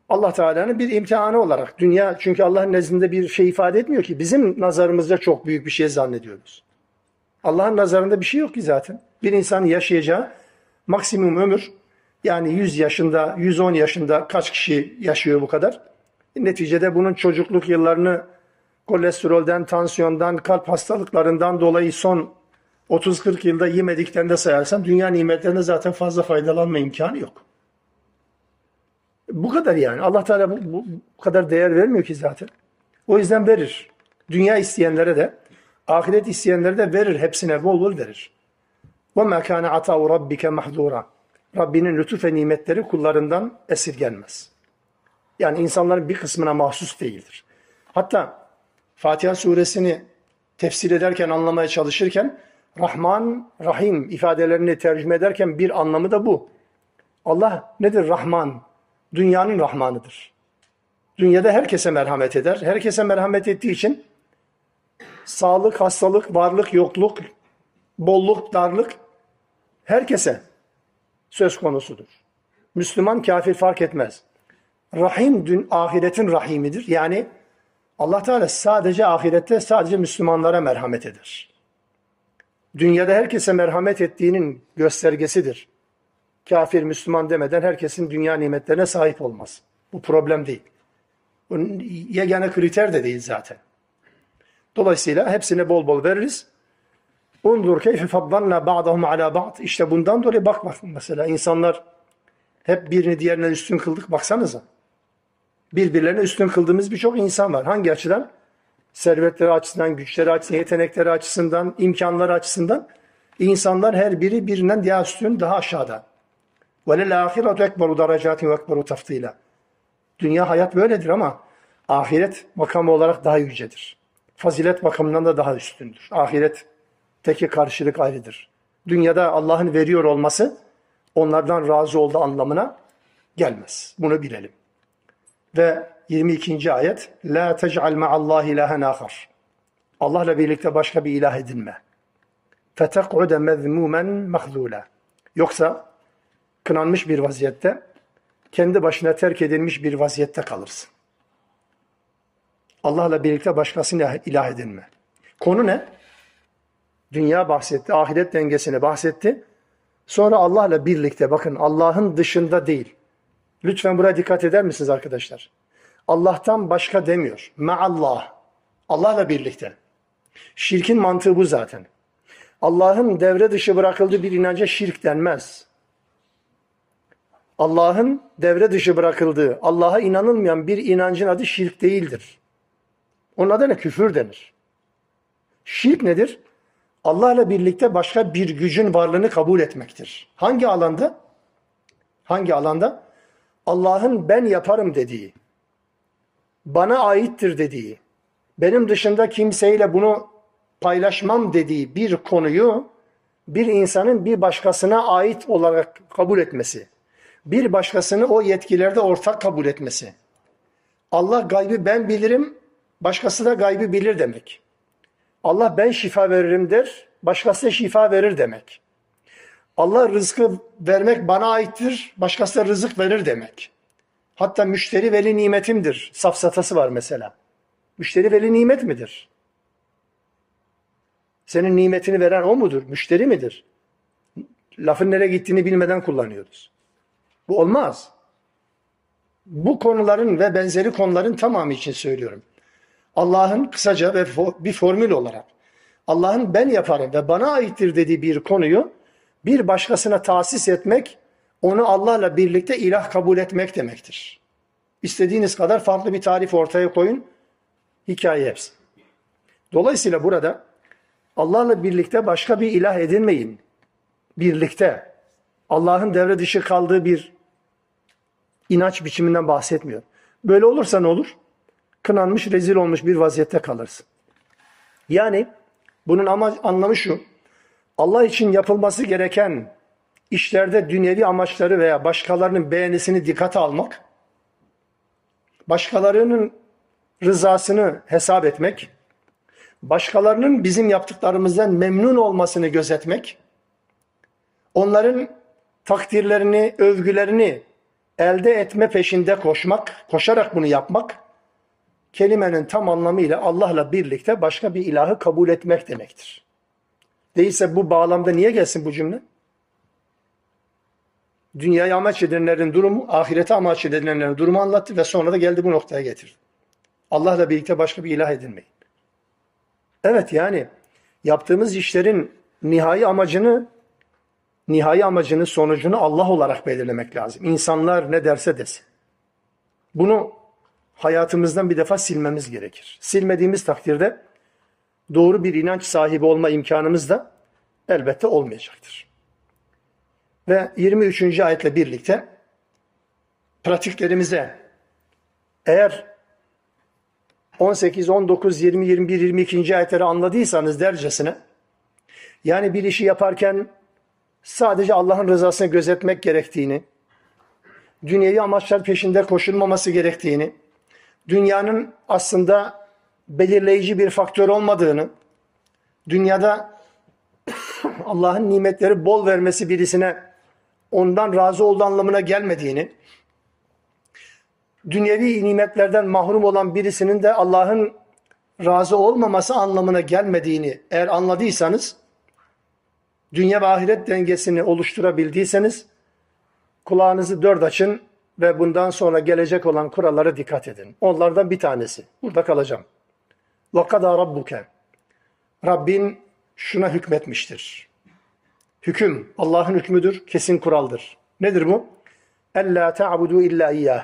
A: Allah Teala'nın bir imtihanı olarak. Dünya çünkü Allah'ın nezdinde bir şey ifade etmiyor ki. Bizim nazarımızda çok büyük bir şey zannediyoruz. Allah'ın nazarında bir şey yok ki zaten. Bir insanın yaşayacağı maksimum ömür, yani 100 yaşında, 110 yaşında kaç kişi yaşıyor bu kadar? Neticede bunun çocukluk yıllarını kolesterolden, tansiyondan, kalp hastalıklarından dolayı son 30-40 yılda yemediklerinde sayarsan dünya nimetlerine zaten fazla faydalanma imkanı yok. Bu kadar yani. Allah Teala bu kadar değer vermiyor ki zaten. O yüzden verir. Dünya isteyenlere de, ahiret isteyenlere de verir. Hepsine bol bol verir. وَمَا كَانَ عَطَاءُ رَبِّكَ مَحْذُورًا. Rabbinin lütuf ve nimetleri kullarından esirgenmez. Yani insanların bir kısmına mahsus değildir. Hatta Fatiha suresini tefsir ederken, anlamaya çalışırken Rahman, Rahim ifadelerini tercüme ederken bir anlamı da bu. Allah nedir? Rahman. Dünyanın Rahmanıdır. Dünyada herkese merhamet eder. Herkese merhamet ettiği için sağlık, hastalık, varlık, yokluk, bolluk, darlık herkese söz konusudur. Müslüman, kafir fark etmez. Rahim, ahiretin rahimidir. Yani Allah Teala sadece ahirette sadece Müslümanlara merhamet eder. Dünyada herkese merhamet ettiğinin göstergesidir. Kafir, Müslüman demeden herkesin dünya nimetlerine sahip olmaz. Bu problem değil. Bunun yegane kriter de değil zaten. Dolayısıyla hepsine bol bol veririz. Unzur keyfe faddalna ba'dahum ala ba'd. İşte bundan dolayı bak mesela insanlar hep birini diğerine üstün kıldık. Baksanıza. Birbirlerine üstün kıldığımız birçok insan var. Hangi açıdan? Servetleri açısından, güçleri açısından, yetenekleri açısından, imkanları açısından. İnsanlar her biri birinden daha üstün, daha aşağıda. وَلَلْآخِرَةُ اَكْبَرُ دَرَجَاتٍ وَاَكْبَرُ تَفْضِيلًا. Dünya hayat böyledir ama ahiret makamı olarak daha yücedir. Fazilet bakımından da daha üstündür. Ahiretteki karşılık ayrıdır. Dünyada Allah'ın veriyor olması onlardan razı olduğu anlamına gelmez. Bunu bilelim. Ve 22. ayet La tec'al ma'allahi ilahen ahar. Allah'la birlikte başka bir ilah edinme. Fetek'ude mezmumen mahzula. Yoksa kınanmış bir vaziyette, kendi başına terk edilmiş bir vaziyette kalırsın. Allah'la birlikte başkasını ilah edinme. Konu ne? Dünya bahsetti, ahiret dengesini bahsetti. Sonra Allah'la birlikte, bakın Allah'ın dışında değil. Lütfen buraya dikkat eder misiniz arkadaşlar? Allah'tan başka demiyor. Ma'allah. Allah'la birlikte. Şirkin mantığı bu zaten. Allah'ın devre dışı bırakıldığı bir inanca şirk denmez. Allah'ın devre dışı bırakıldığı, Allah'a inanılmayan bir inancın adı şirk değildir. Onun adı ne? Küfür denir. Şirk nedir? Allah'la birlikte başka bir gücün varlığını kabul etmektir. Hangi alanda? Hangi alanda? Allah'ın ben yaparım dediği, bana aittir dediği, benim dışında kimseyle bunu paylaşmam dediği bir konuyu bir insanın bir başkasına ait olarak kabul etmesi, bir başkasını o yetkilerde ortak kabul etmesi. Allah gaybı ben bilirim, başkası da gaybı bilir demek. Allah ben şifa veririm der, başkası da şifa verir demek. Allah rızkı vermek bana aittir, başkası da rızık verir demek. Hatta müşteri veli nimetimdir. Safsatası var mesela. Müşteri veli nimet midir? Senin nimetini veren o mudur? Müşteri midir? Lafın nereye gittiğini bilmeden kullanıyoruz. Bu olmaz. Bu konuların ve benzeri konuların tamamı için söylüyorum. Allah'ın kısaca ve bir formül olarak Allah'ın ben yaparım ve bana aittir dediği bir konuyu bir başkasına tahsis etmek, onu Allah'la birlikte ilah kabul etmek demektir. İstediğiniz kadar farklı bir tarif ortaya koyun, hikaye hepsi. Dolayısıyla burada Allah'la birlikte başka bir ilah edinmeyin. Birlikte. Allah'ın devre dışı kaldığı bir inanç biçiminden bahsetmiyor. Böyle olursa ne olur? Kınanmış, rezil olmuş bir vaziyette kalırsın. Yani bunun anlamı şu. Allah için yapılması gereken işlerde dünyevi amaçları veya başkalarının beğenisini dikkate almak, başkalarının rızasını hesap etmek, başkalarının bizim yaptıklarımızdan memnun olmasını gözetmek, onların takdirlerini, övgülerini elde etme peşinde koşmak, koşarak bunu yapmak, kelimenin tam anlamıyla Allah'la birlikte başka bir ilahı kabul etmek demektir. Değilse bu bağlamda niye gelsin bu cümle? Dünyayı amaç edinenlerin durumu, ahirete amaç edinenlerin durumu anlattı ve sonra da geldi bu noktaya getirdi. Allah'la birlikte başka bir ilah edinmeyin. Evet, yani yaptığımız işlerin nihai amacını, sonucunu Allah olarak belirlemek lazım. İnsanlar ne derse desin. Bunu hayatımızdan bir defa silmemiz gerekir. Silmediğimiz takdirde doğru bir inanç sahibi olma imkanımız da elbette olmayacaktır. Ve 23. ayetle birlikte pratiklerimize eğer 18, 19, 20, 21, 22. ayetleri anladıysanız dercesine, yani bir işi yaparken sadece Allah'ın rızasını gözetmek gerektiğini, dünyevi amaçlar peşinde koşulmaması gerektiğini, dünyanın aslında belirleyici bir faktör olmadığını, dünyada Allah'ın nimetleri bol vermesi birisine ondan razı olduğu anlamına gelmediğini, dünyevi nimetlerden mahrum olan birisinin de Allah'ın razı olmaması anlamına gelmediğini eğer anladıysanız, dünya ve ahiret dengesini oluşturabildiyseniz, kulağınızı dört açın ve bundan sonra gelecek olan kurallara dikkat edin. Onlardan bir tanesi. Burada kalacağım. وَقَدَى رَبُّكَ Rabbin şuna hükmetmiştir. Hüküm, Allah'ın hükmüdür, kesin kuraldır. Nedir bu? اَلَّا تَعْبُدُوا اِلَّا اِيَّهِ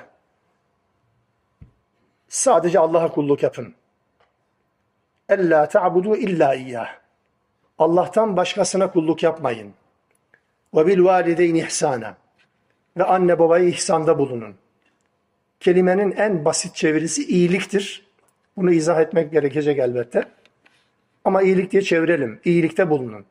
A: Sadece Allah'a kulluk yapın. اَلَّا تَعْبُدُوا اِلَّا اِيَّهِ Allah'tan başkasına kulluk yapmayın. وَبِالْوَالِدَيْنِ اِحْسَانًا Ve anne babaya ihsanda bulunun. Kelimenin en basit çevirisi iyiliktir. Bunu izah etmek gerekecek elbette. Ama iyilik diye çevirelim. İyilikte bulunun.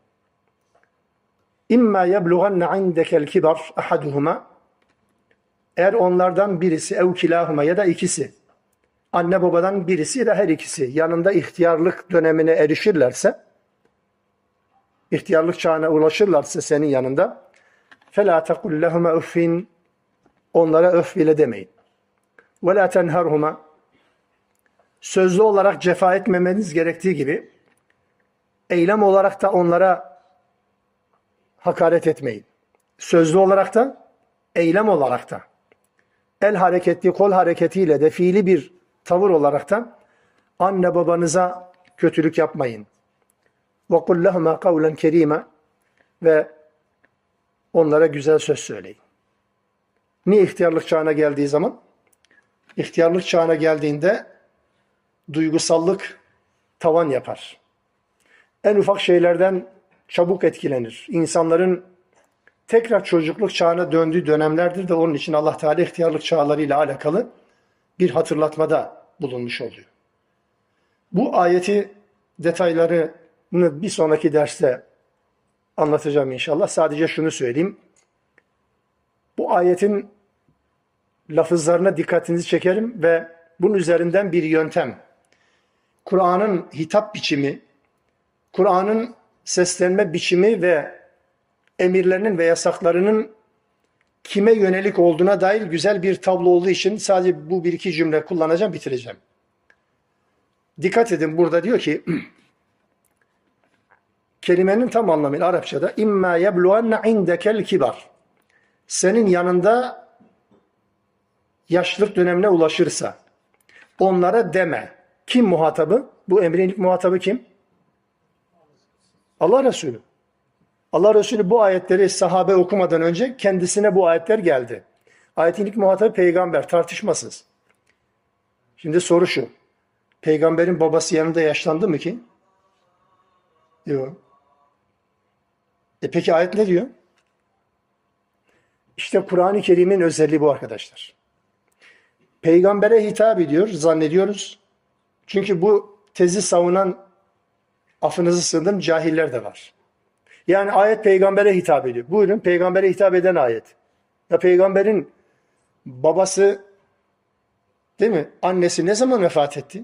A: İmma yeblughanne indekel kibar ahaduhuma Eğer onlardan birisi ev kilahuma ya da ikisi, anne babadan birisi ya da her ikisi yanında ihtiyarlık dönemine erişirlerse, ihtiyarlık çağına ulaşırlarsa senin yanında, فَلَا تَقُلْ لَهُمَا اُفِّنْ Onlara öf bile demeyin. وَلَا تَنْهَرْهُمَا Sözlü olarak cefa etmemeniz gerektiği gibi, eylem olarak da onlara hakaret etmeyin. Sözlü olarak da, eylem olarak da, el hareketli, kol hareketiyle de fiili bir tavır olarak da anne babanıza kötülük yapmayın. وَقُلْ لَهُمَا قَوْلًا كَرِيمًا Ve onlara güzel söz söyleyin. Niye ihtiyarlık çağına geldiği zaman? İhtiyarlık çağına geldiğinde duygusallık tavan yapar. En ufak şeylerden çabuk etkilenir. İnsanların tekrar çocukluk çağına döndüğü dönemlerdir de onun için Allah Teala ihtiyarlık çağlarıyla alakalı bir hatırlatmada bulunmuş oluyor. Bu ayeti detaylarını bir sonraki derste anlatacağım inşallah. Sadece şunu söyleyeyim. Bu ayetin lafızlarına dikkatinizi çekerim ve bunun üzerinden bir yöntem. Kur'an'ın hitap biçimi, Kur'an'ın seslenme biçimi ve emirlerinin ve yasaklarının kime yönelik olduğuna dair güzel bir tablo olduğu için sadece bu bir iki cümle kullanacağım, bitireceğim. Dikkat edin, burada diyor ki kelimenin tam anlamıyla Arapçada imma yebluğanne indekel kibar senin yanında yaşlılık dönemine ulaşırsa onlara deme. Kim muhatabı? Bu emrin ilk muhatabı kim? Allah Resulü. Allah Resulü bu ayetleri sahabe okumadan önce kendisine bu ayetler geldi. Ayetin ilk muhatabı peygamber, tartışmasız. Şimdi soru şu. Peygamberin babası yanında yaşlandı mı ki? Yok. Peki ayet ne diyor? İşte Kur'an-ı Kerim'in özelliği bu arkadaşlar. Peygambere hitap ediyor, zannediyoruz. Çünkü bu tezi savunan, affınızı sığındım, cahiller de var. Yani ayet peygambere hitap ediyor. Buyurun, peygambere hitap eden ayet. Ya peygamberin babası, değil mi? Annesi ne zaman vefat etti?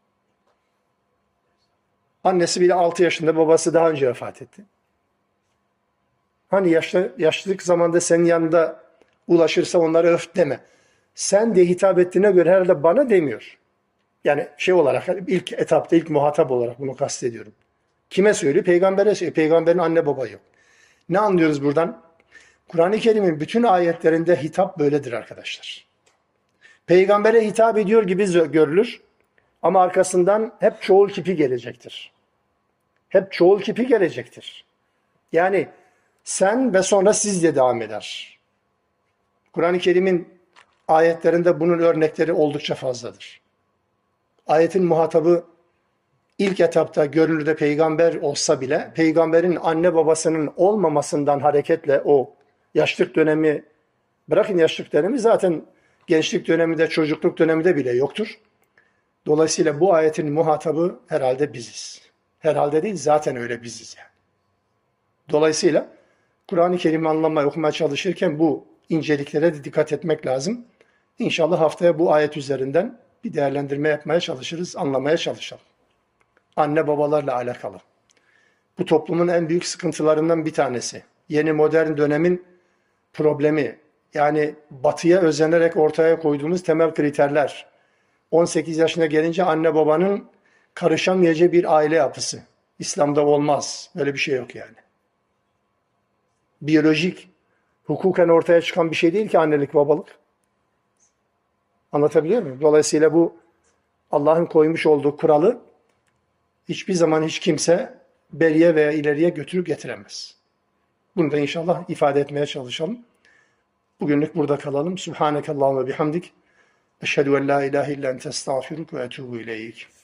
A: Annesi bile 6 yaşında, babası daha önce vefat etti. Hani yaşlılık zamanında senin yanında Ulaşırsa onlara öf deme. Sen de hitap ettiğine göre herhalde bana demiyor. Yani şey olarak ilk etapta ilk muhatap olarak bunu kastediyorum. Kime söylüyor? Peygambere söylüyor. Peygamberin anne baba yok. Ne anlıyoruz buradan? Kur'an-ı Kerim'in bütün ayetlerinde hitap böyledir arkadaşlar. Peygambere hitap ediyor gibi görülür ama arkasından hep çoğul kipi gelecektir. Hep çoğul kipi gelecektir. Yani sen ve sonra siz diye devam eder. Kur'an-ı Kerim'in ayetlerinde bunun örnekleri oldukça fazladır. Ayetin muhatabı ilk etapta görünürde peygamber olsa bile peygamberin anne babasının olmamasından hareketle o yaşlık dönemi, bırakın yaşlık dönemi, zaten gençlik döneminde, çocukluk döneminde bile yoktur. Dolayısıyla bu ayetin muhatabı herhalde biziz. Herhalde değil, zaten öyle biziz yani. Dolayısıyla Kur'an-ı Kerim'i anlamaya, okumaya çalışırken bu inceliklere de dikkat etmek lazım. İnşallah haftaya bu ayet üzerinden bir değerlendirme yapmaya çalışırız, anlamaya çalışalım. Anne babalarla alakalı. Bu toplumun en büyük sıkıntılarından bir tanesi. Yeni modern dönemin problemi. Yani batıya özenerek ortaya koyduğumuz temel kriterler. 18 yaşına gelince anne babanın karışamayacağı bir aile yapısı. İslam'da olmaz. Böyle bir şey yok yani. Biyolojik, hukuken ortaya çıkan bir şey değil ki annelik babalık. Anlatabiliyor muyum? Dolayısıyla bu Allah'ın koymuş olduğu kuralı hiçbir zaman hiç kimse beriye veya ileriye götürüp getiremez. Bunu da inşallah ifade etmeye çalışalım. Bugünlük burada kalalım. Subhanekallahumma bihamdik. Eşhedü en la ilahe illa ente estağfiruke ve etûbü ileyk.